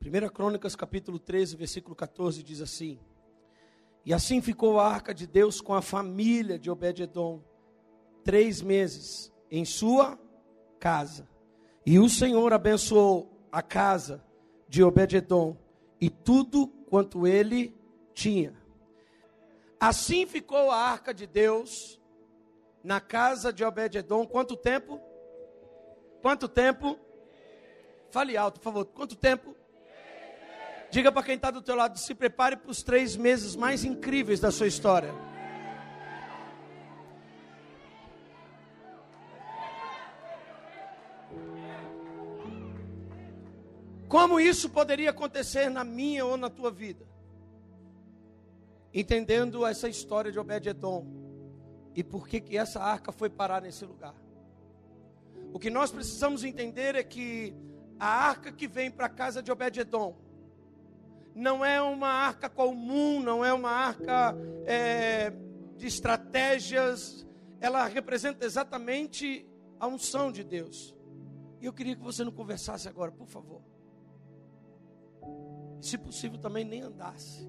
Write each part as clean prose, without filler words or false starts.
1 Crônicas capítulo 13, versículo 14 diz assim: E assim ficou a arca de Deus com a família de Obed-edom 3 meses em sua casa. E o Senhor abençoou a casa de Obed-edom e tudo quanto ele tinha. Assim ficou a arca de Deus na casa de Obed-edom. Quanto tempo? Quanto tempo? Fale alto, por favor. Quanto tempo? Diga para quem está do teu lado, se prepare para os 3 meses mais incríveis da sua história. Como isso poderia acontecer na minha ou na tua vida? Entendendo essa história de Obed-edom e por que essa arca foi parar nesse lugar. O que nós precisamos entender é que a arca que vem para a casa de Obed-edom não é uma arca comum, não é uma arca de estratégias. Ela representa exatamente a unção de Deus. E eu queria que você não conversasse agora, por favor. Se possível também nem andasse.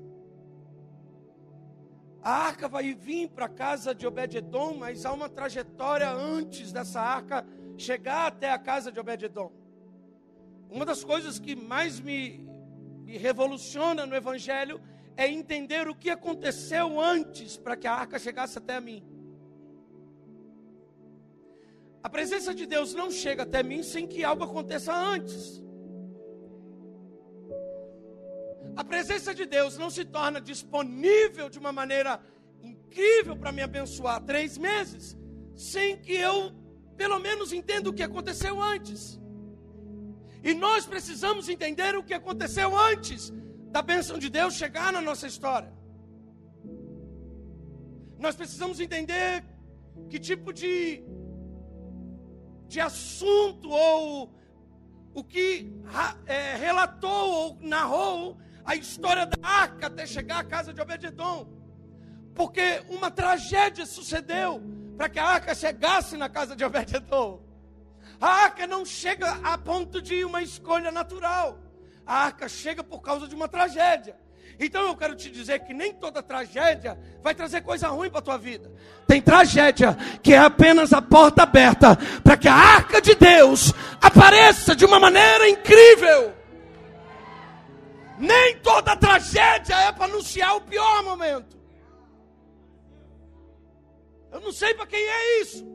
A arca vai vir para a casa de Obed-edom, mas há uma trajetória antes dessa arca chegar até a casa de Obed-edom. Uma das coisas que mais me revoluciona no Evangelho é entender o que aconteceu antes para que a arca chegasse até mim. A presença de Deus não chega até mim sem que algo aconteça antes. A presença de Deus não se torna disponível de uma maneira incrível para me abençoar 3 meses, sem que eu, pelo menos, entenda o que aconteceu antes. E nós precisamos entender o que aconteceu antes da bênção de Deus chegar na nossa história. Nós precisamos entender que tipo de assunto ou o que relatou ou narrou a história da arca até chegar à casa de Obed-edom. Porque uma tragédia sucedeu para que a arca chegasse na casa de Obed-edom. A arca não chega a ponto de uma escolha natural. A arca chega por causa de uma tragédia. Então eu quero te dizer que nem toda tragédia vai trazer coisa ruim para a tua vida. Tem tragédia que é apenas a porta aberta para que a arca de Deus apareça de uma maneira incrível. Nem toda tragédia é para anunciar o pior momento. Eu não sei para quem é isso.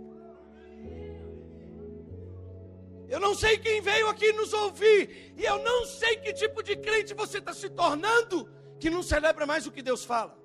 Eu não sei quem veio aqui nos ouvir. E eu não sei que tipo de crente você está se tornando, que não celebra mais o que Deus fala.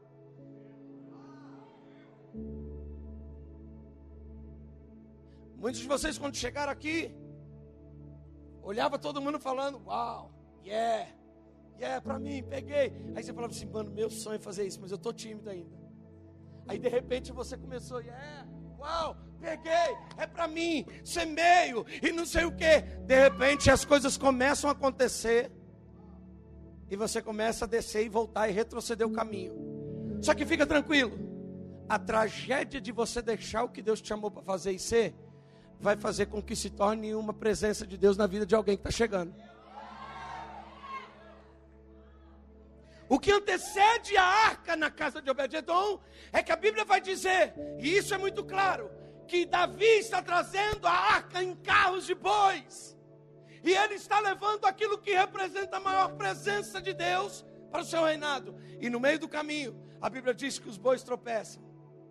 Muitos de vocês, quando chegaram aqui, olhava todo mundo falando: uau, yeah, pra mim, peguei. Aí você falava assim: mano, meu sonho é fazer isso, mas eu estou tímido ainda. Aí de repente você começou: yeah, uau, peguei, é para mim, semeio e não sei o que. De repente as coisas começam a acontecer e você começa a descer e voltar e retroceder o caminho. Só que fica tranquilo, a tragédia de você deixar o que Deus te chamou para fazer e ser, vai fazer com que se torne uma presença de Deus na vida de alguém que está chegando. O que antecede a arca na casa de Obed-edom é que a Bíblia vai dizer, e isso é muito claro, que Davi está trazendo a arca em carros de bois. E ele está levando aquilo que representa a maior presença de Deus para o seu reinado. E no meio do caminho, a Bíblia diz que os bois tropeçam.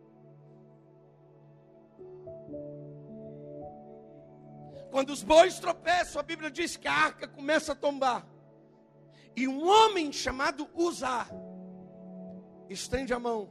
Quando os bois tropeçam, a Bíblia diz que a arca começa a tombar. E um homem chamado Uzá estende a mão.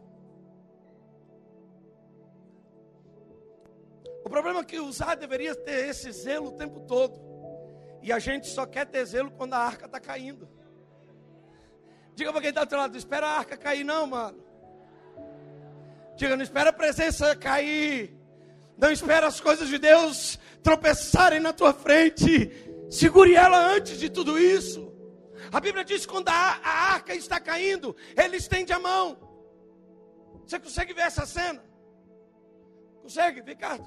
O problema é que Uzá deveria ter esse zelo o tempo todo. E a gente só quer ter zelo quando a arca está caindo. Diga para quem está do outro lado: não espera a arca cair não, mano. Diga: não espera a presença cair. Não espera as coisas de Deus tropeçarem na tua frente. Segure ela antes de tudo isso. A Bíblia diz que quando a arca está caindo, ele estende a mão. Você consegue ver essa cena? Consegue, Ricardo?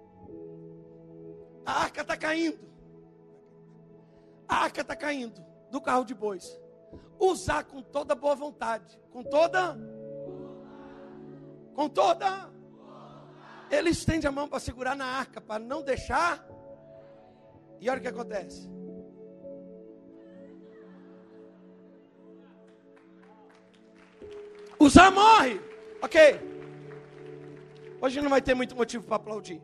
A arca está caindo. A arca está caindo do carro de bois. Usar com toda boa vontade. Com toda. Ele estende a mão para segurar na arca, para não deixar. E olha o que acontece. Uzá morre. Ok. Hoje não vai ter muito motivo para aplaudir.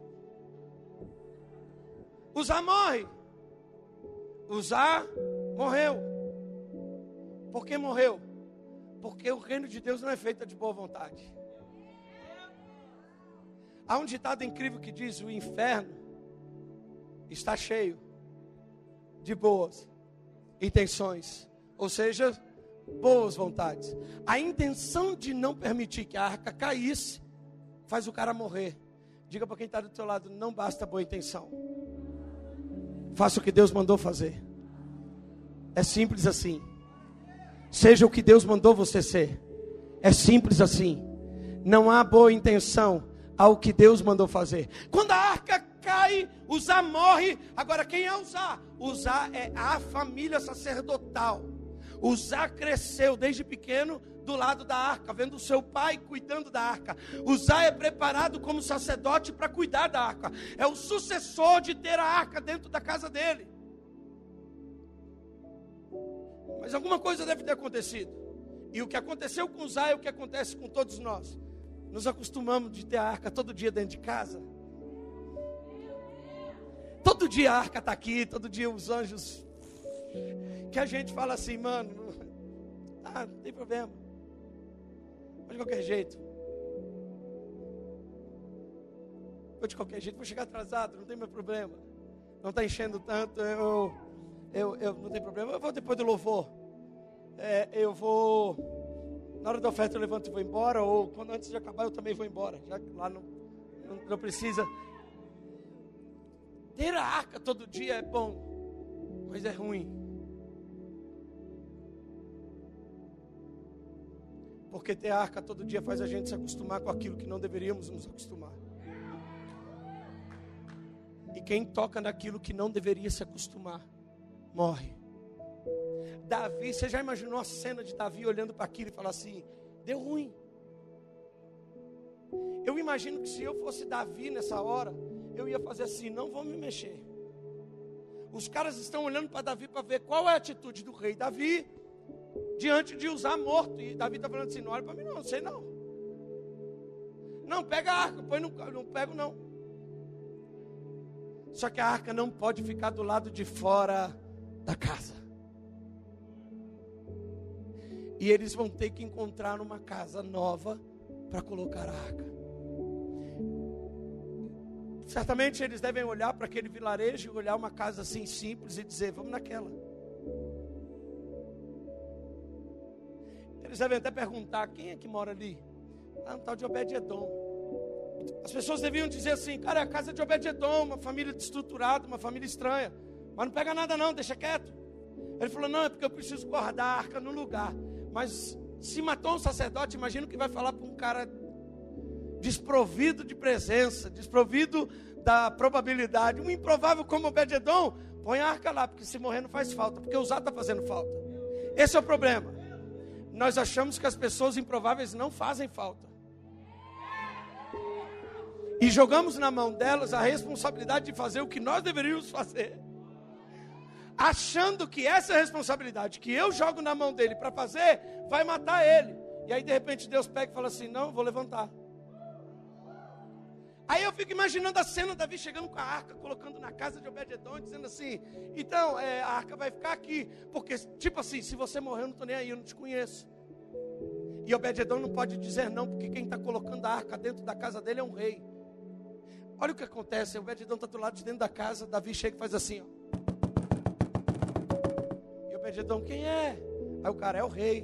Uzá morre. Uzá morreu. Por que morreu? Porque o reino de Deus não é feito de boa vontade. Há um ditado incrível que diz: o inferno está cheio de boas intenções, ou seja, boas vontades. A intenção de não permitir que a arca caísse faz o cara morrer. Diga para quem está do teu lado: não basta boa intenção, faça o que Deus mandou fazer. É simples assim. Seja o que Deus mandou você ser. É simples assim. Não há boa intenção ao que Deus mandou fazer. Quando a arca cai, Uzá morre. Agora quem é Uzá? Uzá é a família sacerdotal. Uzá cresceu desde pequeno do lado da arca, vendo o seu pai cuidando da arca. Uzá é preparado como sacerdote para cuidar da arca. É o sucessor de ter a arca dentro da casa dele. Mas alguma coisa deve ter acontecido. E o que aconteceu com Uzá é o que acontece com todos nós. Nos acostumamos de ter a arca todo dia dentro de casa. Todo dia a arca está aqui, todo dia os anjos. Que a gente fala assim, mano, não tem problema. Mas de qualquer jeito. Vou chegar atrasado, não tem meu problema. Não está enchendo tanto, eu não tem problema. Eu vou depois do louvor. Eu vou. Na hora da oferta eu levanto e vou embora. Ou quando antes de acabar eu também vou embora. Já que lá não precisa. Ter a arca todo dia é bom, mas é ruim. Porque ter a arca todo dia faz a gente se acostumar com aquilo que não deveríamos nos acostumar. E quem toca naquilo que não deveria se acostumar, morre. Davi, você já imaginou a cena de Davi olhando para aquilo e falar assim: deu ruim. Eu imagino que se eu fosse Davi nessa hora, eu ia fazer assim: não vou me mexer. Os caras estão olhando para Davi para ver qual é a atitude do rei Davi diante de Uzá morto. E Davi está falando assim: não olha para mim não sei não. Não, pega a arca, põe não pego não. Só que a arca não pode ficar do lado de fora da casa. E eles vão ter que encontrar uma casa nova para colocar a arca. Certamente eles devem olhar para aquele vilarejo, olhar uma casa assim simples e dizer: vamos naquela. Eles devem até perguntar: quem é que mora ali? Um tal de Obed-Edom. As pessoas deviam dizer assim: cara, é a casa de Obed-Edom, uma família desestruturada, uma família estranha. Mas não pega nada não, deixa quieto. Ele falou: não, é porque eu preciso guardar a arca no lugar. Mas se matou um sacerdote, imagina o que vai falar para um cara desprovido de presença, desprovido da probabilidade. Um improvável como Obed-Edom, põe a arca lá, porque se morrer não faz falta, porque Uzá está fazendo falta. Esse é o problema. Nós achamos que as pessoas improváveis não fazem falta. E jogamos na mão delas a responsabilidade de fazer o que nós deveríamos fazer. Achando que essa responsabilidade que eu jogo na mão dele para fazer, vai matar ele. E aí de repente Deus pega e fala assim: não, vou levantar. Aí eu fico imaginando a cena, Davi chegando com a arca, colocando na casa de Obed-Edom, dizendo assim: então, a arca vai ficar aqui. Porque, tipo assim, se você morrer eu não estou nem aí, eu não te conheço. E Obed-Edom não pode dizer não, porque quem está colocando a arca dentro da casa dele é um rei. Olha o que acontece, Obed-Edom está do lado de dentro da casa, Davi chega e faz assim, ó. Obed-Edom, quem é? Aí o cara: é o rei.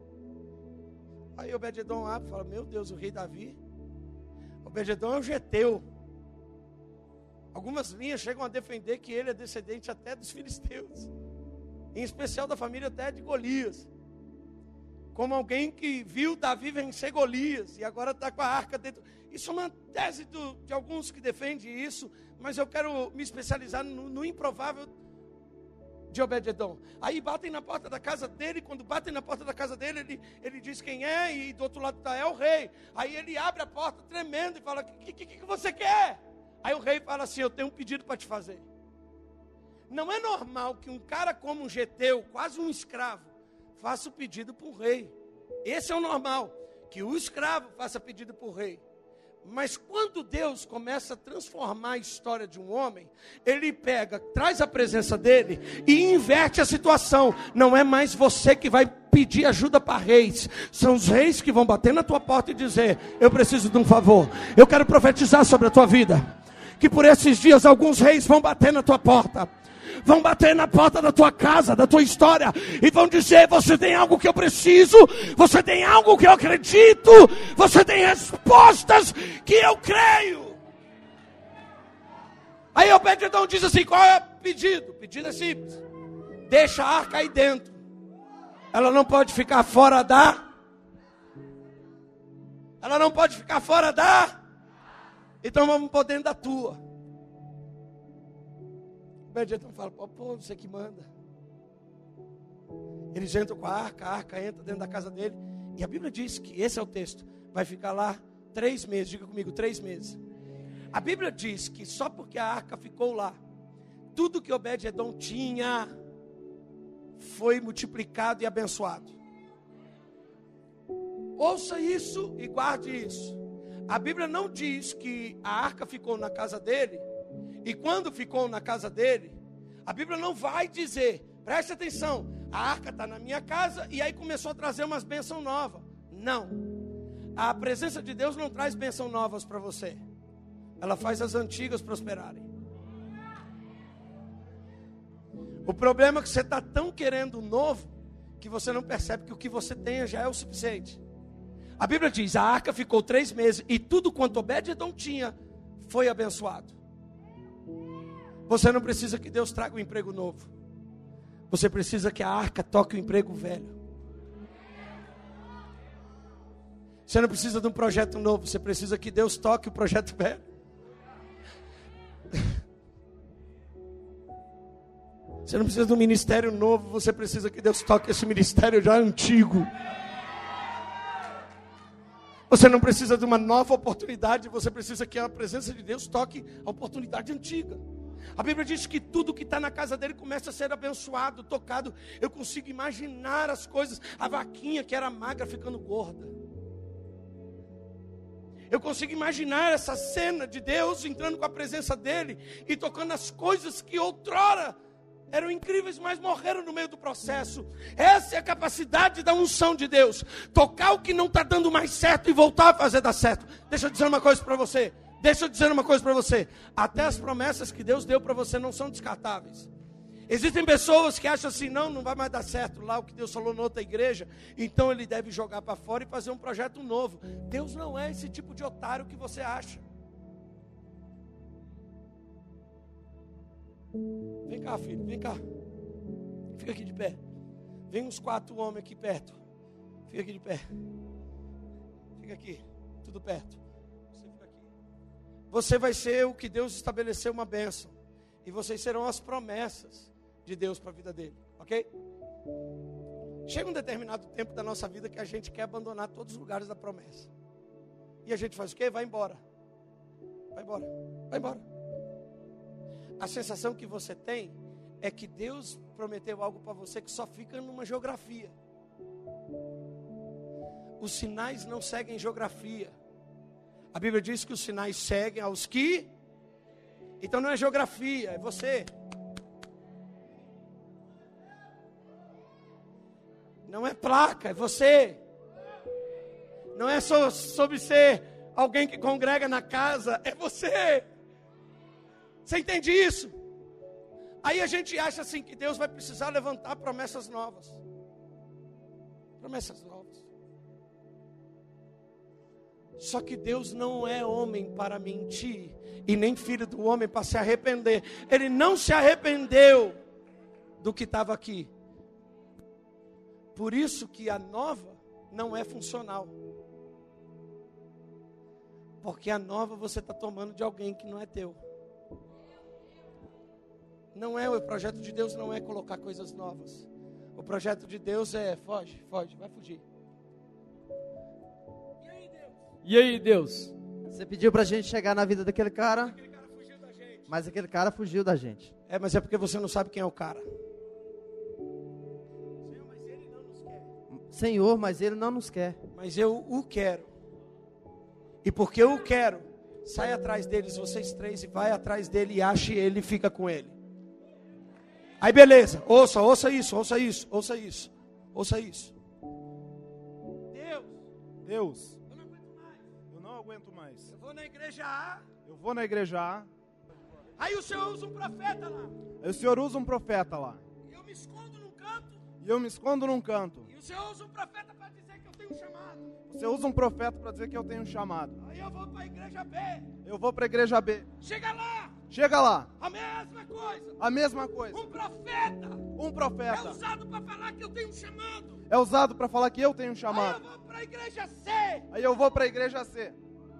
Aí Obed-Edom abre e fala: meu Deus, o rei Davi. Obed-Edom é o geteu. Algumas linhas chegam a defender que ele é descendente até dos filisteus, em especial da família até de Golias, como alguém que viu Davi vencer Golias e agora está com a arca dentro. Isso é uma tese de alguns que defendem isso, mas eu quero me especializar no improvável de Obed-edom. Aí batem na porta da casa dele. Quando batem na porta da casa dele, ele diz quem é. E do outro lado está o rei. Aí ele abre a porta tremendo e fala: o que você quer? Aí o rei fala assim: eu tenho um pedido para te fazer. Não é normal que um cara como um geteu, quase um escravo, faça o pedido para o rei. Esse é o normal, que o escravo faça pedido para o rei. Mas quando Deus começa a transformar a história de um homem, Ele pega, traz a presença dele e inverte a situação. Não é mais você que vai pedir ajuda para reis. São os reis que vão bater na tua porta e dizer: eu preciso de um favor. Eu quero profetizar sobre a tua vida, que por esses dias alguns reis vão bater na tua porta. Vão bater na porta da tua casa, da tua história, e vão dizer: você tem algo que eu preciso, você tem algo que eu acredito, você tem respostas que eu creio. Aí Obed-edom diz assim: qual é o pedido? O pedido é simples: deixa a arca aí dentro, ela não pode ficar fora então vamos pôr dentro da tua. Obed-edom fala: pô, você que manda. Eles entram com a arca entra dentro da casa dele. E a Bíblia diz que, esse é o texto, vai ficar lá 3 meses. Diga comigo, 3 meses. A Bíblia diz que só porque a arca ficou lá, tudo que Obed-edom tinha foi multiplicado e abençoado. Ouça isso e guarde isso. A Bíblia não diz que a arca ficou na casa dele. E quando ficou na casa dele, a Bíblia não vai dizer: preste atenção, a arca está na minha casa e aí começou a trazer umas bênçãos novas. Não. A presença de Deus não traz bênçãos novas para você. Ela faz as antigas prosperarem. O problema é que você está tão querendo o novo que você não percebe que o que você tem já é o suficiente. A Bíblia diz: a arca ficou 3 meses e tudo quanto Obed-edom tinha foi abençoado. Você não precisa que Deus traga um emprego novo. Você precisa que a arca toque o emprego velho. Você não precisa de um projeto novo. Você precisa que Deus toque o projeto velho. Você não precisa de um ministério novo. Você precisa que Deus toque esse ministério já antigo. Você não precisa de uma nova oportunidade. Você precisa que a presença de Deus toque a oportunidade antiga. A Bíblia diz que tudo que está na casa dele começa a ser abençoado, tocado. Eu consigo imaginar as coisas. A vaquinha que era magra ficando gorda. Eu consigo imaginar essa cena de Deus entrando com a presença dele e tocando as coisas que outrora eram incríveis, mas morreram no meio do processo. Essa é a capacidade da unção de Deus. Tocar o que não está dando mais certo e voltar a fazer dar certo. Deixa eu dizer uma coisa para você. Até as promessas que Deus deu para você não são descartáveis. Existem pessoas que acham assim: não vai mais dar certo lá o que Deus falou na outra igreja, então ele deve jogar para fora e fazer um projeto novo. Deus não é esse tipo de otário que você acha. Vem cá, filho, vem cá. Fica aqui de pé. Vem uns 4 homens aqui perto. Fica aqui de pé. Fica aqui, tudo perto. Você fica aqui. Você vai ser o que Deus estabeleceu uma bênção. E vocês serão as promessas de Deus para a vida dele, ok? Chega um determinado tempo da nossa vida que a gente quer abandonar todos os lugares da promessa. E a gente faz o quê? Vai embora. Vai embora. Vai embora. A sensação que você tem é que Deus prometeu algo para você que só fica numa geografia. Os sinais não seguem geografia. A Bíblia diz que os sinais seguem aos que... Então não é geografia, é você. Não é placa, é você. Não é só sobre ser alguém que congrega na casa, é você. Você entende isso? Aí a gente acha assim que Deus vai precisar levantar promessas novas. Promessas novas. Só que Deus não é homem para mentir, e nem filho do homem para se arrepender. Ele não se arrependeu do que estava aqui. Por isso que a nova não é funcional. Porque a nova você está tomando de alguém que não é teu. O projeto de Deus não é colocar coisas novas. O projeto de Deus é, foge, vai fugir. E aí, Deus? Você pediu pra gente chegar na vida daquele cara, Aquele cara fugiu da gente. mas aquele cara fugiu da gente. Mas é porque você não sabe quem é o cara. Senhor, mas ele não nos quer. Mas eu o quero. E porque eu o quero, sai atrás deles, vocês três, e vai atrás dele, e ache ele e fica com ele. Aí beleza, ouça isso. Deus, eu não aguento mais. Eu vou na igreja A. Eu vou na igreja A. Aí o Senhor usa um profeta lá. Aí o Senhor usa um profeta lá. E eu me escondo num canto. E eu me escondo num canto. E o Senhor usa um profeta para dizer que eu tenho um chamado. Você usa um profeta para dizer que eu tenho um chamado. Aí eu vou para a igreja B. Eu vou para a igreja B. Chega lá. Chega lá. A mesma coisa. A mesma coisa. Um profeta. Um profeta. É usado para falar que eu tenho um chamado. É usado para falar que eu tenho um chamado. Aí eu vou para a igreja C. Aí eu vou para a igreja C.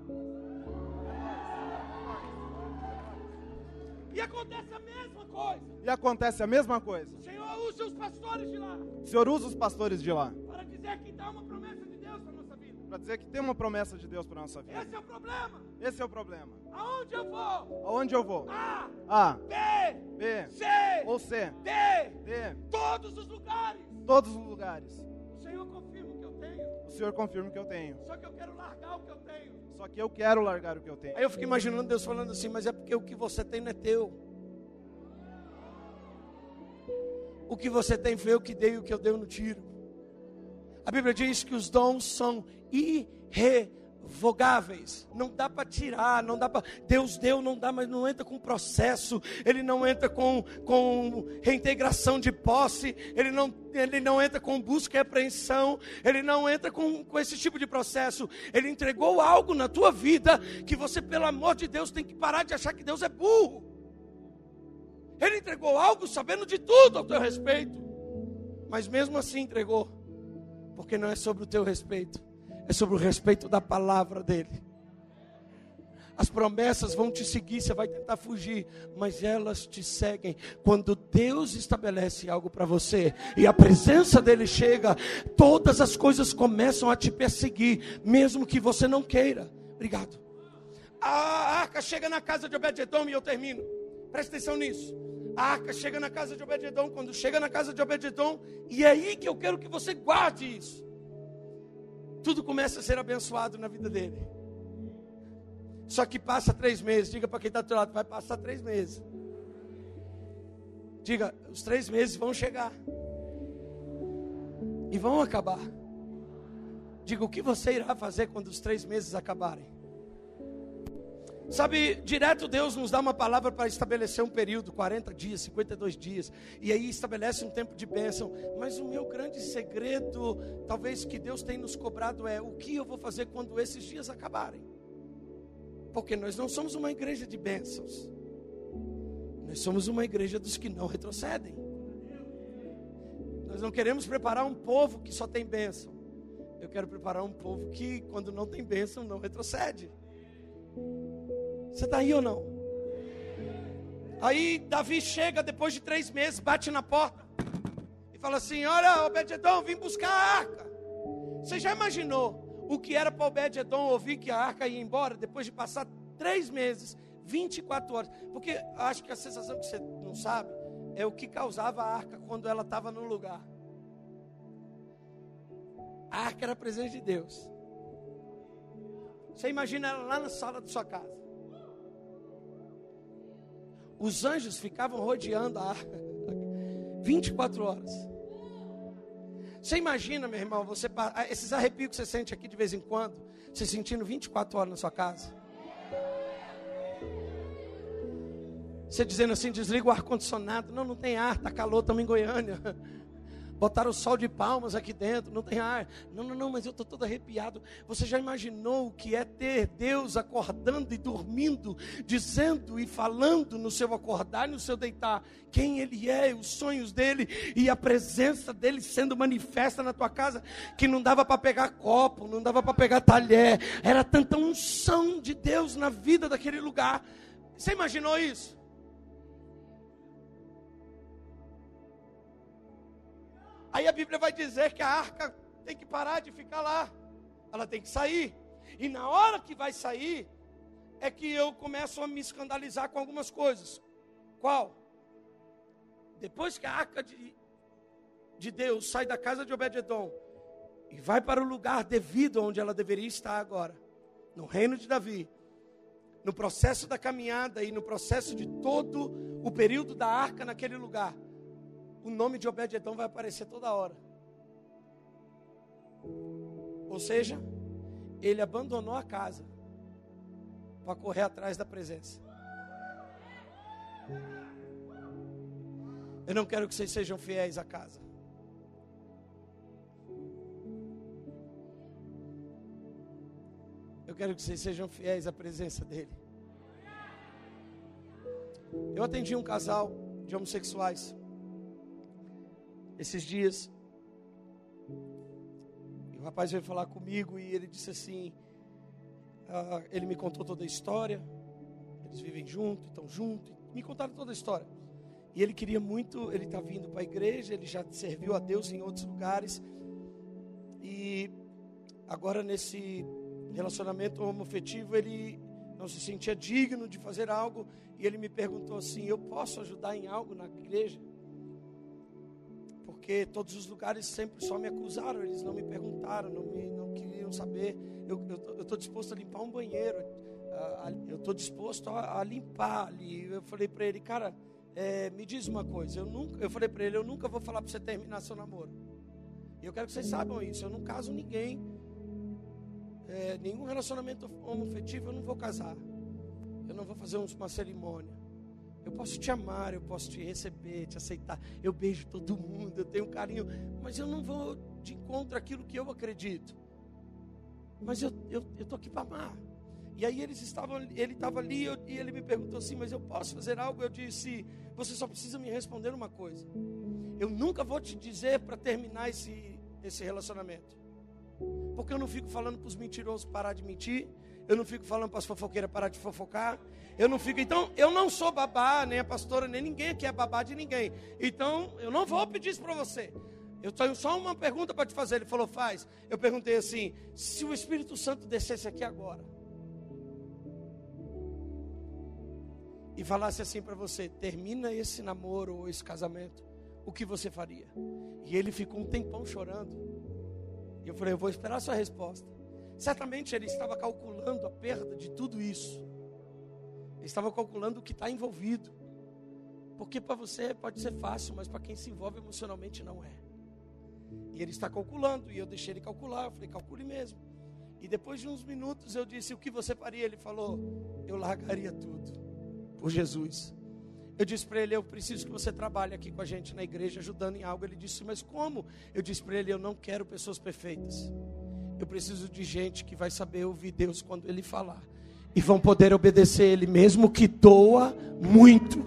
E acontece a mesma coisa. E acontece a mesma coisa. O Senhor usa os pastores de lá. O Senhor usa os pastores de lá. Para dizer que dá uma promessa de Deus para a nossa vida. Para dizer que tem uma promessa de Deus para a nossa vida. Esse é o problema. Esse é o problema. Aonde eu vou? Aonde eu vou? A, B, B, C, ou C, D, D, todos os lugares. todos os lugares. O Senhor confirma o que eu tenho. O Senhor confirma o que eu tenho. Só que eu quero largar o que eu tenho. Só que eu quero largar o que eu tenho. Aí eu fico imaginando Deus falando assim, mas é porque o que você tem não é teu. O que você tem foi eu que dei, o que eu dei eu não tiro. A Bíblia diz que os dons são irrevogáveis. Não dá para tirar, não dá para... Deus deu, não dá, mas não entra com processo. Ele não entra com reintegração de posse. Ele não entra com busca e apreensão. Ele não entra com esse tipo de processo. Ele entregou algo na tua vida que você, pelo amor de Deus, tem que parar de achar que Deus é burro. Ele entregou algo sabendo de tudo ao teu respeito. Mas mesmo assim entregou. Porque não é sobre o teu respeito. É sobre o respeito da palavra dele. As promessas vão te seguir, você vai tentar fugir. Mas elas te seguem. Quando Deus estabelece algo para você e a presença dele chega, todas as coisas começam a te perseguir. Mesmo que você não queira. Obrigado. A arca chega na casa de Obed-edom e eu termino. Presta atenção nisso. A arca chega na casa de Obed-edom. Quando chega na casa de Obed-edom, e é aí que eu quero que você guarde isso. Tudo começa a ser abençoado na vida dele. Só que passa 3 meses. Diga para quem está do teu lado, vai passar 3 meses. Diga, os 3 meses vão chegar. E vão acabar. Diga, o que você irá fazer quando os 3 meses acabarem? Sabe, direto Deus nos dá uma palavra para estabelecer um período, 40 dias, 52 dias, e aí estabelece um tempo de bênção. Mas o meu grande segredo, talvez que Deus tem nos cobrado, é o que eu vou fazer quando esses dias acabarem. Porque nós não somos uma igreja de bênçãos. Nós somos uma igreja dos que não retrocedem. Nós não queremos preparar um povo que só tem bênção. Eu quero preparar um povo que, quando não tem bênção, não retrocede. Você está aí ou não? Aí Davi chega depois de 3 meses, bate na porta e fala assim: olha, Obed-edom, vim buscar a arca. Você já imaginou o que era para Obed-edom ouvir que a arca ia embora depois de passar 3 meses, 24 horas? Porque acho que a sensação que você não sabe é o que causava a arca quando ela estava no lugar. A arca era a presença de Deus. Você imagina ela lá na sala da sua casa. Os anjos ficavam rodeando a arca 24 horas. Você imagina, meu irmão, esses arrepios que você sente aqui de vez em quando, você sentindo 24 horas na sua casa. Você dizendo assim, desliga o ar-condicionado. Não tem ar, está calor, estamos em Goiânia. Botaram o sol de palmas aqui dentro, não tem ar. Não, mas eu estou todo arrepiado. Você já imaginou o que é ter Deus acordando e dormindo, dizendo e falando no seu acordar e no seu deitar quem Ele é, os sonhos dEle e a presença dEle sendo manifesta na tua casa, que não dava para pegar copo, não dava para pegar talher. Era tanta unção de Deus na vida daquele lugar. Você imaginou isso? Aí a Bíblia vai dizer que a arca tem que parar de ficar lá. Ela tem que sair. E na hora que vai sair, é que eu começo a me escandalizar com algumas coisas. Qual? Depois que a arca de Deus sai da casa de Obed-edom e vai para o lugar devido onde ela deveria estar agora, no reino de Davi, no processo da caminhada e no processo de todo o período da arca naquele lugar, o nome de Obed-edom vai aparecer toda hora. Ou seja, ele abandonou a casa para correr atrás da presença. Eu não quero que vocês sejam fiéis à casa. Eu quero que vocês sejam fiéis à presença dele. Eu atendi um casal de homossexuais esses dias. E o rapaz veio falar comigo e ele disse assim, ele me contou toda a história. Eles vivem juntos, estão juntos. Me contaram toda a história. E ele queria muito, ele está vindo para a igreja, ele já serviu a Deus em outros lugares. E agora nesse relacionamento homoafetivo, ele não se sentia digno de fazer algo. E ele me perguntou assim, eu posso ajudar em algo na igreja? Porque todos os lugares sempre só me acusaram, eles não me perguntaram, não queriam saber. Eu estou disposto a limpar um banheiro, eu estou disposto a limpar ali. Eu falei para ele, cara, me diz uma coisa, eu falei para ele, eu nunca vou falar para você terminar seu namoro. E eu quero que vocês saibam isso, eu não caso ninguém, nenhum relacionamento homoafetivo eu não vou casar. Eu não vou fazer uma cerimônia. Eu posso te amar, eu posso te receber, te aceitar. Eu beijo todo mundo, eu tenho carinho, mas eu não vou de encontro àquilo que eu acredito. Mas eu estou aqui para amar. E aí ele estava ali e ele me perguntou assim, mas eu posso fazer algo? Eu disse, você só precisa me responder uma coisa. Eu nunca vou te dizer para terminar esse relacionamento. Porque eu não fico falando para os mentirosos parar de mentir. Eu não fico falando para as fofoqueiras parar de fofocar. Então, eu não sou babá, nem a pastora, nem ninguém aqui é babá de ninguém. Então, eu não vou pedir isso para você. Eu tenho só uma pergunta para te fazer. Ele falou, faz. Eu perguntei assim, se o Espírito Santo descesse aqui agora e falasse assim para você, termina esse namoro ou esse casamento, o que você faria? E ele ficou um tempão chorando. E eu falei, eu vou esperar a sua resposta. Certamente ele estava calculando a perda de tudo isso. Ele estava calculando o que está envolvido. Porque para você pode ser fácil, mas para quem se envolve emocionalmente não é. E ele está calculando, e eu deixei ele calcular. Eu falei, calcule mesmo. E depois de uns minutos eu disse, o que você faria? Ele falou, eu largaria tudo por Jesus. Eu disse para ele, eu preciso que você trabalhe aqui com a gente na igreja, ajudando em algo. Ele disse, mas como? Eu disse para ele, eu não quero pessoas perfeitas. Eu preciso de gente que vai saber ouvir Deus quando Ele falar. E vão poder obedecer Ele, mesmo que doa muito.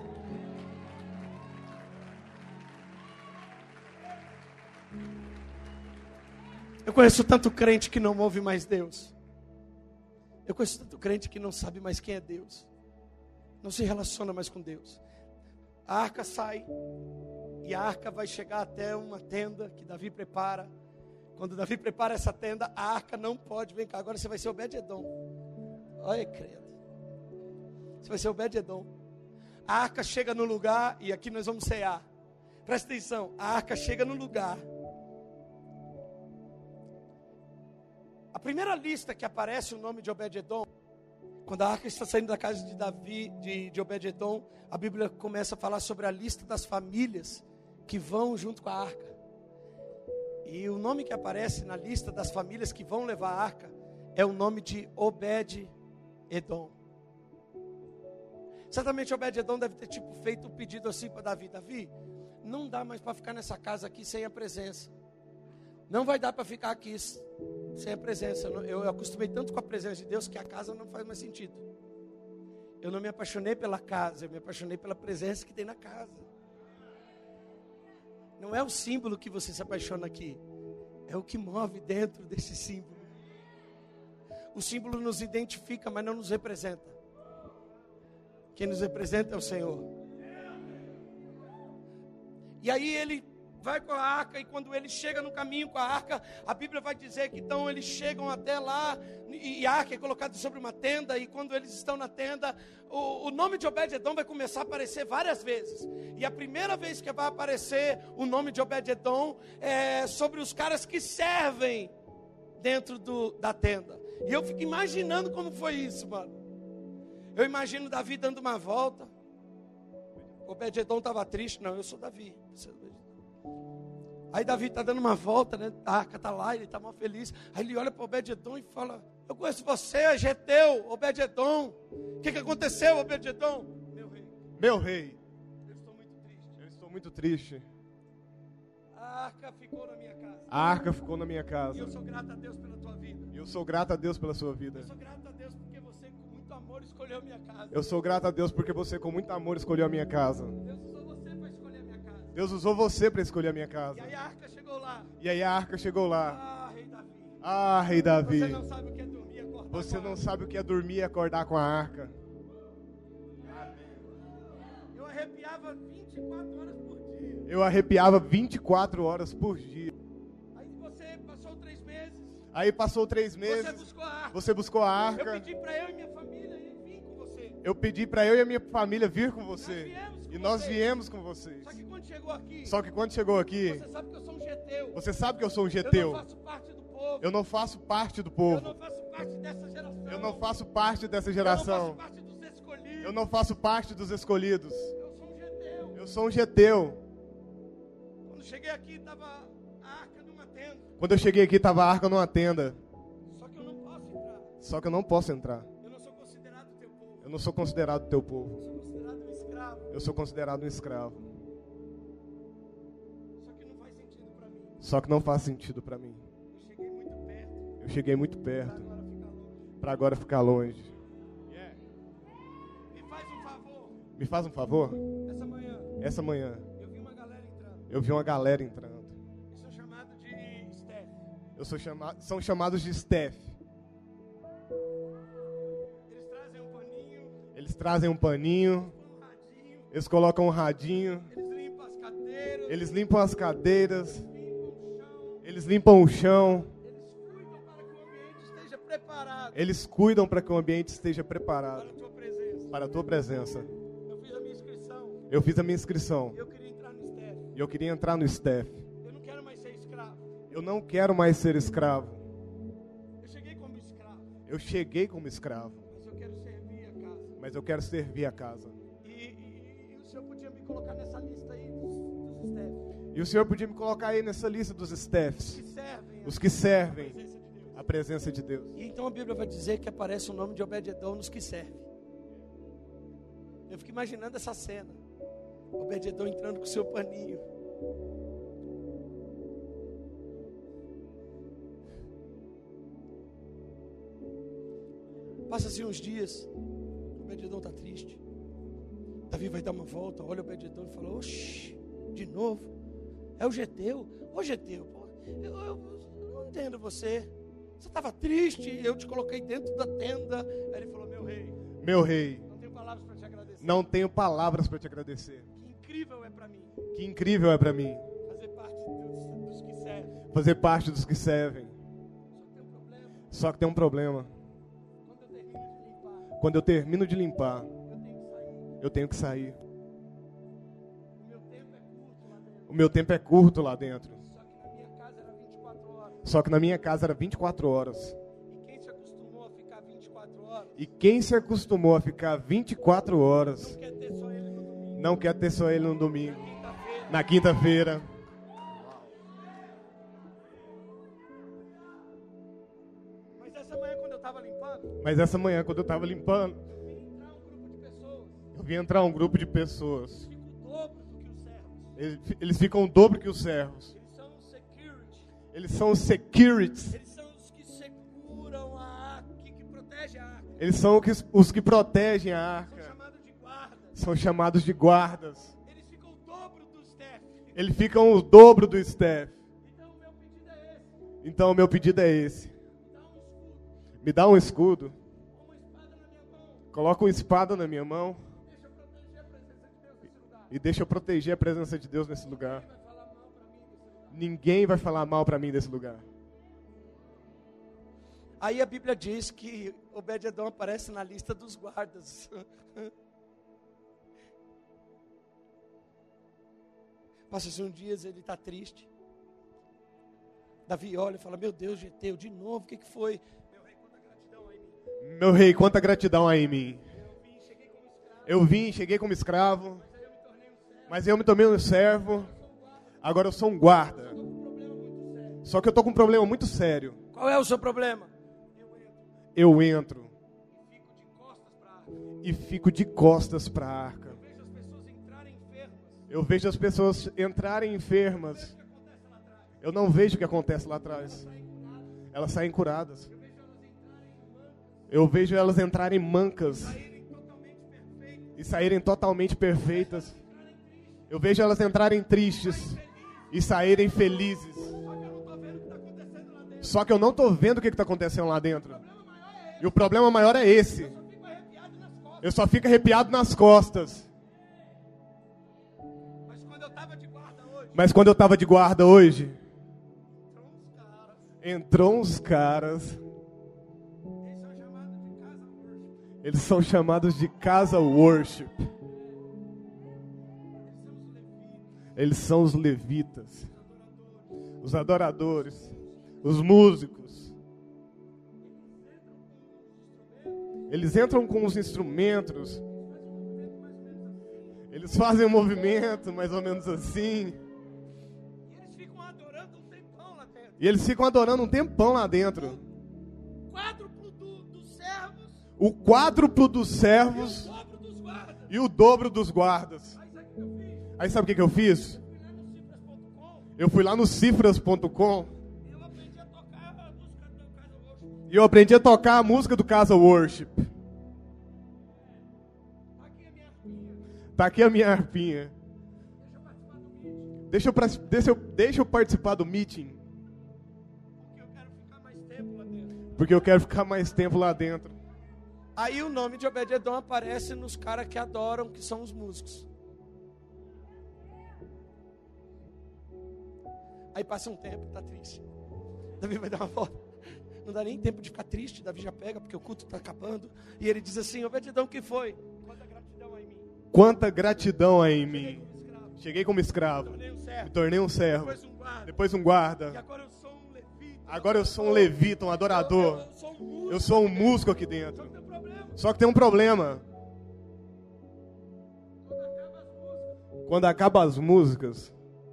Eu conheço tanto crente que não ouve mais Deus. Eu conheço tanto crente que não sabe mais quem é Deus. Não se relaciona mais com Deus. A arca sai. E a arca vai chegar até uma tenda que Davi prepara. Quando Davi prepara essa tenda, a arca não pode. Vem cá, agora você vai ser Obed-edom. Olha, credo. Você vai ser Obed-edom. A arca chega no lugar, e aqui nós vamos cear. Presta atenção, a arca chega no lugar. A primeira lista que aparece o nome de Obed-edom, quando a arca está saindo da casa de Davi, de Obed-edom, a Bíblia começa a falar sobre a lista das famílias que vão junto com a arca. E o nome que aparece na lista das famílias que vão levar a arca é o nome de Obed-edom. Certamente Obed-edom deve ter feito um pedido assim para Davi. Davi, não dá mais para ficar nessa casa aqui sem a presença. Não vai dar para ficar aqui sem a presença. Eu acostumei tanto com a presença de Deus que a casa não faz mais sentido. Eu não me apaixonei pela casa, eu me apaixonei pela presença que tem na casa. Não é o símbolo que você se apaixona aqui, é o que move dentro desse símbolo. O símbolo nos identifica, mas não nos representa. Quem nos representa é o Senhor. E aí ele vai com a arca, e quando ele chega no caminho com a arca, a Bíblia vai dizer que então eles chegam até lá, e a arca é colocada sobre uma tenda, e quando eles estão na tenda, o nome de Obed-Edom vai começar a aparecer várias vezes. E a primeira vez que vai aparecer o nome de Obed-Edom é sobre os caras que servem dentro da tenda. E eu fico imaginando como foi isso, mano. Eu imagino Davi dando uma volta. Obed-Edom estava triste. Não, eu sou Davi. Aí Davi está dando uma volta, né? A arca está lá, ele está mal feliz. Aí ele olha para Obed-Edom e fala: eu conheço você, é Geteu, Obed-Edom. O que aconteceu, Obed-Edom? Meu rei. Meu rei. Eu estou muito triste. Eu estou muito triste. A arca ficou na minha casa. A arca ficou na minha casa. E eu sou grato a Deus pela tua vida. E eu sou grato a Deus pela sua vida. Eu sou grato a Deus porque você com muito amor escolheu a minha casa. Eu sou grato a Deus porque você com muito amor escolheu a minha casa. Deus usou você para escolher a minha casa. Deus usou você para escolher a minha casa. E aí a arca chegou lá. E aí a arca chegou lá. Ah, rei Davi. Ah, rei Davi. Você não sabe o que é dormir e acordar. Você não sabe o que é dormir e acordar com a arca. Eu arrepiava 24 horas por dia. Eu arrepiava 24 horas por dia. Aí você passou 3 meses. Aí passou 3 Você meses. buscou a arca. Você buscou a Eu arca. pedi para eu e minha família vir com você. Eu pedi para eu e a minha família vir com você. Nós viemos E nós viemos com com vocês. Só que quando chegou aqui, Só que quando chegou aqui, você sabe que eu sou um geteu. você sabe que eu sou um Eu geteu. não faço parte do povo. Eu não faço parte do Eu povo. não faço parte dessa geração. Eu não faço parte dessa Eu não geração. faço parte dos escolhidos. Eu não faço parte dos escolhidos. Eu sou um geteu. Eu sou um geteu. Quando cheguei aqui, estava a arca numa tenda. Quando eu cheguei aqui, estava a arca numa tenda. Só que eu não posso entrar. Só que eu não posso entrar. Eu não sou considerado teu povo. Eu não sou considerado teu Eu povo. sou considerado um escravo. Eu sou considerado um escravo. Só que não faz sentido para mim. Só que não faz sentido para mim. Eu cheguei muito perto. Eu cheguei muito perto Para agora ficar longe. para agora ficar longe. Me faz um favor. Me faz um favor? Essa manhã, Essa manhã eu vi uma galera entrando. eu vi uma galera entrando. Eles são chamados de Steph. São chamados de Steph. Eles trazem um paninho. Eles trazem um paninho. Um radinho. Eles colocam um radinho. Eles limpam as cadeiras. Eles limpam as cadeiras. Eles limpam o chão. Eles limpam o chão. Eles cuidam para que o ambiente esteja preparado. Eles cuidam para que o ambiente esteja preparado Para a tua presença. para a tua presença. Eu fiz a minha inscrição. Eu fiz a minha inscrição. Eu queria entrar no Steph. E eu queria entrar no Steph. Eu não quero mais ser escravo. Eu não quero mais ser escravo. Eu cheguei como escravo. Eu cheguei como escravo. Mas eu quero servir a casa. Mas eu quero servir a casa. E o senhor podia me colocar nessa lista aí dos Steph. E o Senhor podia me colocar aí nessa lista dos Stephs. Que servem Os que servem a presença de Deus. a presença de Deus. E então a Bíblia vai dizer que aparece o nome de Obed-Edom nos que servem. Eu fico imaginando essa cena. Obed-Edom entrando com o seu paninho. Passa-se uns dias. Obed-Edom está triste. Davi vai dar uma volta, olha o Obed-Edom e fala: oxi, de novo. É o Geteu. Ô Geteu, pô, eu não entendo você. Você estava triste, eu te coloquei dentro da tenda. Aí ele falou: meu rei, Meu rei, não tenho palavras para te agradecer. não tenho palavras para te agradecer. Que incrível é para mim Que incrível é para mim fazer parte dos que servem. fazer parte dos que servem. Só que tem um problema. Só que tem um problema. Quando eu termino de limpar, Quando eu termino de limpar, eu tenho que sair. eu tenho que sair. O meu tempo é curto lá dentro. O meu tempo é curto lá dentro. Só que na minha casa era 24 horas. Só que na minha casa era 24 horas. E quem se acostumou a ficar 24 horas, E quem se acostumou a ficar 24 horas não quer ter só ele no domingo. não quer ter só ele no domingo, Na quinta-feira. Mas essa manhã quando eu estava limpando, Mas essa manhã, quando eu estava limpando, eu vi entrar um grupo de pessoas. eu vi entrar um grupo de pessoas. Fica o dobro do que os servos. Eles ficam o dobro que os servos. Eles são os security. Eles são os securities. Eles são os que seguram a arca, que protegem a arca. Eles são os que protegem a São arca. chamados de guardas. São chamados de guardas. Eles ficam o dobro do staff. Eles ficam o dobro do staff. Então o meu pedido é esse. Então o meu pedido é esse. Me dá um escudo, Me dá um escudo. uma espada na minha mão. Coloca uma espada na minha mão. Deixa eu proteger a presença de Deus nesse lugar. E deixa eu proteger a presença de Deus nesse lugar. Ninguém vai falar mal pra mim Ninguém vai falar mal para mim desse lugar. Aí a Bíblia diz que Obed-Edom aparece na lista dos guardas. Passa-se um dia, ele está triste. Davi olha e fala, meu Deus, Geteu, de novo, o que foi? Meu rei, quanta gratidão há em mim. Eu vim, cheguei como escravo, mas eu me tornei um servo. Agora eu sou um guarda. Só que eu estou com um problema muito sério. Qual é o seu problema? Eu entro e fico de costas para a arca. Eu vejo as pessoas entrarem enfermas. Eu não vejo o que acontece lá atrás. Elas saem curadas. Eu vejo elas entrarem mancas e saírem totalmente perfeitas. Eu vejo elas entrarem tristes e saírem felizes. Só que eu não estou vendo o que está acontecendo lá dentro. E o problema maior é esse. Eu só fico arrepiado nas costas. Mas quando eu estava de guarda hoje, entrou uns caras. Eles são chamados de casa worship. Eles são os levitas, os adoradores, os músicos. Eles entram com os instrumentos. Eles fazem um movimento mais ou menos assim. E eles ficam adorando um tempão lá dentro. O quádruplo dos servos e o dobro dos guardas. Aí sabe o que eu fiz? Eu fui lá no cifras.com e eu aprendi a tocar a música do Casa Worship. Tá aqui a minha harpinha. Deixa eu participar do meeting. Porque eu quero ficar mais tempo lá dentro. Aí o nome de Obed-Edom aparece nos caras que adoram, que são os músicos. Aí passa um tempo, tá triste. Davi vai dar uma volta. Não dá nem tempo de ficar triste. Davi já pega, porque o culto está acabando. E ele diz assim, Obed-Edom, o que foi? Quanta gratidão há em mim. Quanta gratidão há em mim. Cheguei como escravo. Me tornei um servo. Depois um guarda. E agora eu sou um levita. Agora eu sou um levita, um adorador. Eu sou um músico aqui dentro. Só que tem um problema. Quando acabam as músicas,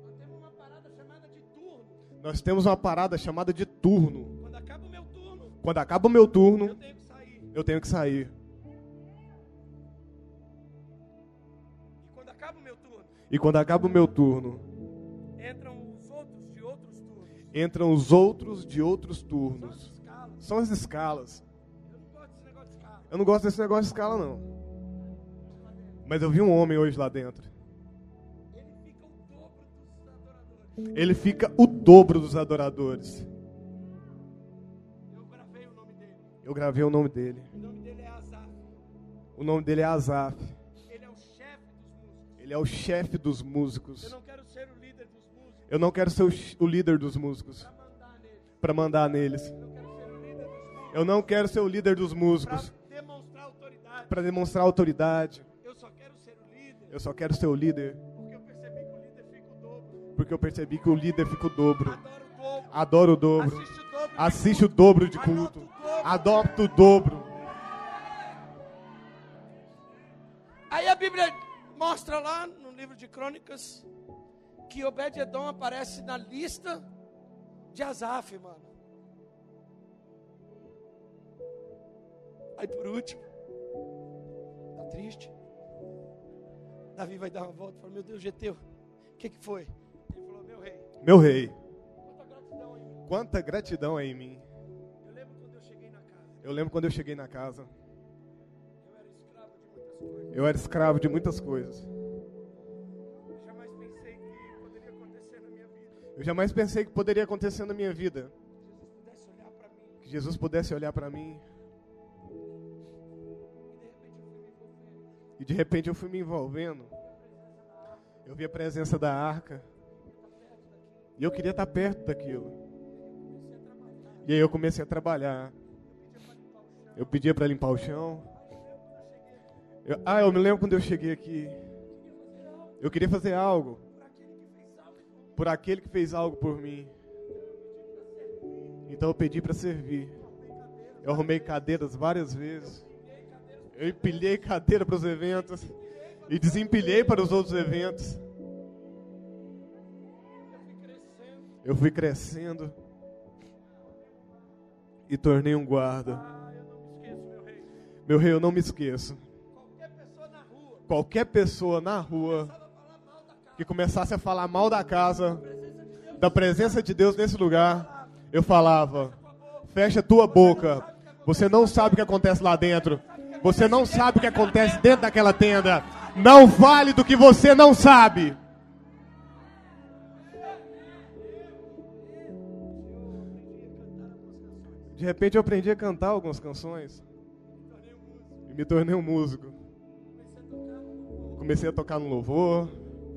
nós temos uma parada chamada de turno. Quando acaba o meu turno, eu tenho que sair. E quando acaba o meu turno, entram os outros de outros turnos. São as escalas. Eu não gosto desse negócio de escala, não. Mas eu vi um homem hoje lá dentro. Ele fica o dobro dos adoradores. Eu gravei o nome dele. O nome dele é Asaf. O nome dele é Asaf. Ele é o chefe dos músicos. Ele é o chefe dos músicos. Eu não quero ser o líder dos músicos. Eu não quero ser o líder dos músicos. Para mandar neles. Eu não quero ser o líder dos músicos. Para demonstrar autoridade. Eu só quero ser o líder. Eu só quero ser o líder. Porque eu percebi que o líder fica o dobro. Porque eu percebi que o líder fica o dobro. Adoro o dobro. Assiste o dobro de culto. Adopta o dobro. Aí a Bíblia mostra lá no livro de Crônicas que Obed-Edom aparece na lista de Asaf, mano. Aí por último, tá triste? Davi vai dar uma volta e fala, meu Deus, Geteu, o que foi? Ele falou, meu rei. Meu rei. Quanta gratidão Quanta gratidão em mim. há em mim. Eu lembro quando eu cheguei na casa. Eu lembro quando eu cheguei na casa. Eu era escravo de muitas coisas. Eu era escravo de muitas coisas. Eu jamais pensei que poderia acontecer na minha vida. Eu jamais pensei que poderia acontecer na minha vida. Que Jesus pudesse olhar para mim. Que Jesus pudesse olhar para mim. E de repente eu fui me envolvendo. Eu vi a presença da arca. E eu queria estar perto daquilo. E aí eu comecei a trabalhar. Eu pedia para limpar o chão. Eu me lembro quando eu cheguei aqui. Eu queria fazer algo por aquele que fez algo por mim. Então eu pedi para servir. Eu arrumei cadeiras várias vezes. Eu empilhei cadeira para os eventos e desempilhei para os outros eventos. Eu fui crescendo e tornei um guarda. Meu rei, eu não me esqueço. Qualquer pessoa na rua que começasse a falar mal da casa, da presença de Deus nesse lugar, eu falava: fecha tua boca. Você não sabe o que acontece lá dentro. Você não sabe o que acontece dentro daquela tenda. Não fale do que você não sabe. De repente eu aprendi a cantar algumas canções. E me tornei um músico. Comecei a tocar no louvor.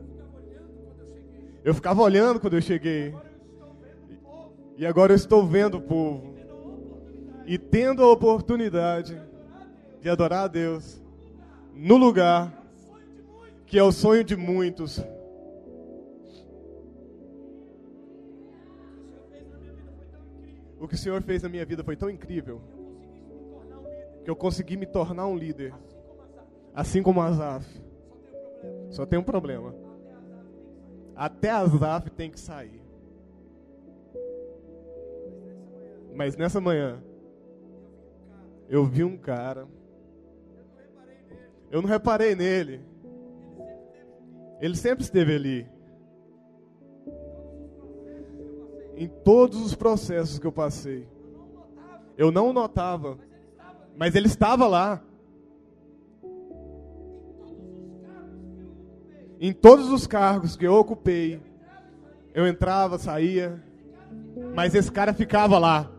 Eu ficava olhando quando eu cheguei. E agora eu estou vendo o povo. E tendo a oportunidade de adorar a Deus no lugar que é o sonho de muitos. O que o Senhor fez na minha vida foi tão incrível que eu consegui me tornar um líder. Assim como Asaf. Só tem um problema. Até Asaf tem que sair. Mas nessa manhã eu vi um cara. Eu não reparei nele. Ele sempre esteve ali. Em todos os processos que eu passei. Eu não o notava. Mas ele estava lá. Em todos os cargos que eu ocupei, eu entrava, saía, mas esse cara ficava lá.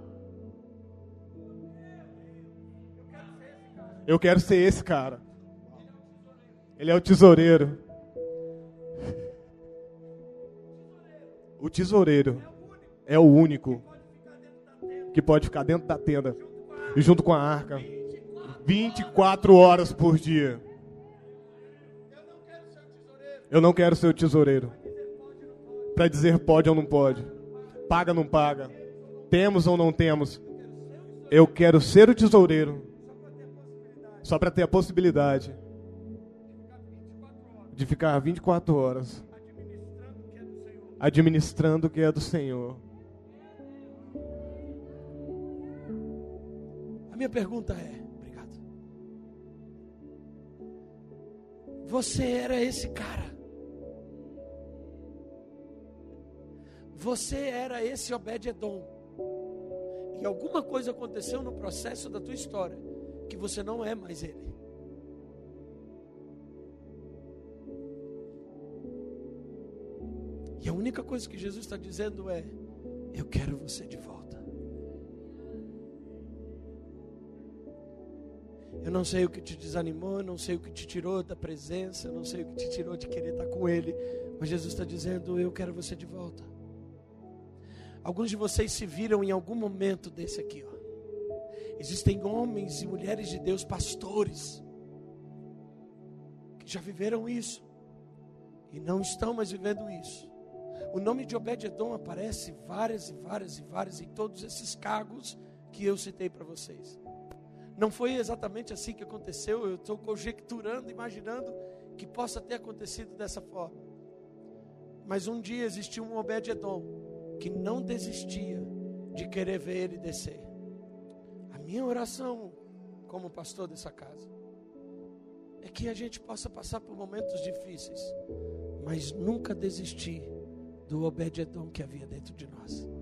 Eu quero ser esse cara. Ele é o tesoureiro. O tesoureiro é o único que pode ficar dentro da tenda e junto com a arca 24 horas por dia. Eu não quero ser o tesoureiro para dizer pode ou não pode, paga ou não paga, temos ou não temos. Eu quero ser o tesoureiro só para ter a possibilidade de ficar 24 horas administrando o que é do Senhor. A minha pergunta é, obrigado. Você era esse cara. Você era esse Obed-Edom. E alguma coisa aconteceu no processo da tua história que você não é mais ele. E a única coisa que Jesus está dizendo é: eu quero você de volta. Eu não sei o que te desanimou, eu não sei o que te tirou da presença, eu não sei o que te tirou de querer estar com Ele, mas Jesus está dizendo: eu quero você de volta. Alguns de vocês se viram em algum momento desse aqui, ó. Existem homens e mulheres de Deus, pastores, que já viveram isso e não estão mais vivendo isso. O nome de Obed-Edom aparece várias em todos esses cargos que eu citei para vocês. Não foi exatamente assim que aconteceu, eu estou conjecturando, imaginando que possa ter acontecido dessa forma. Mas um dia existiu um Obed-Edom que não desistia de querer ver ele descer. A minha oração como pastor dessa casa é que a gente possa passar por momentos difíceis, mas nunca desistir do Obed-Edom que havia dentro de nós.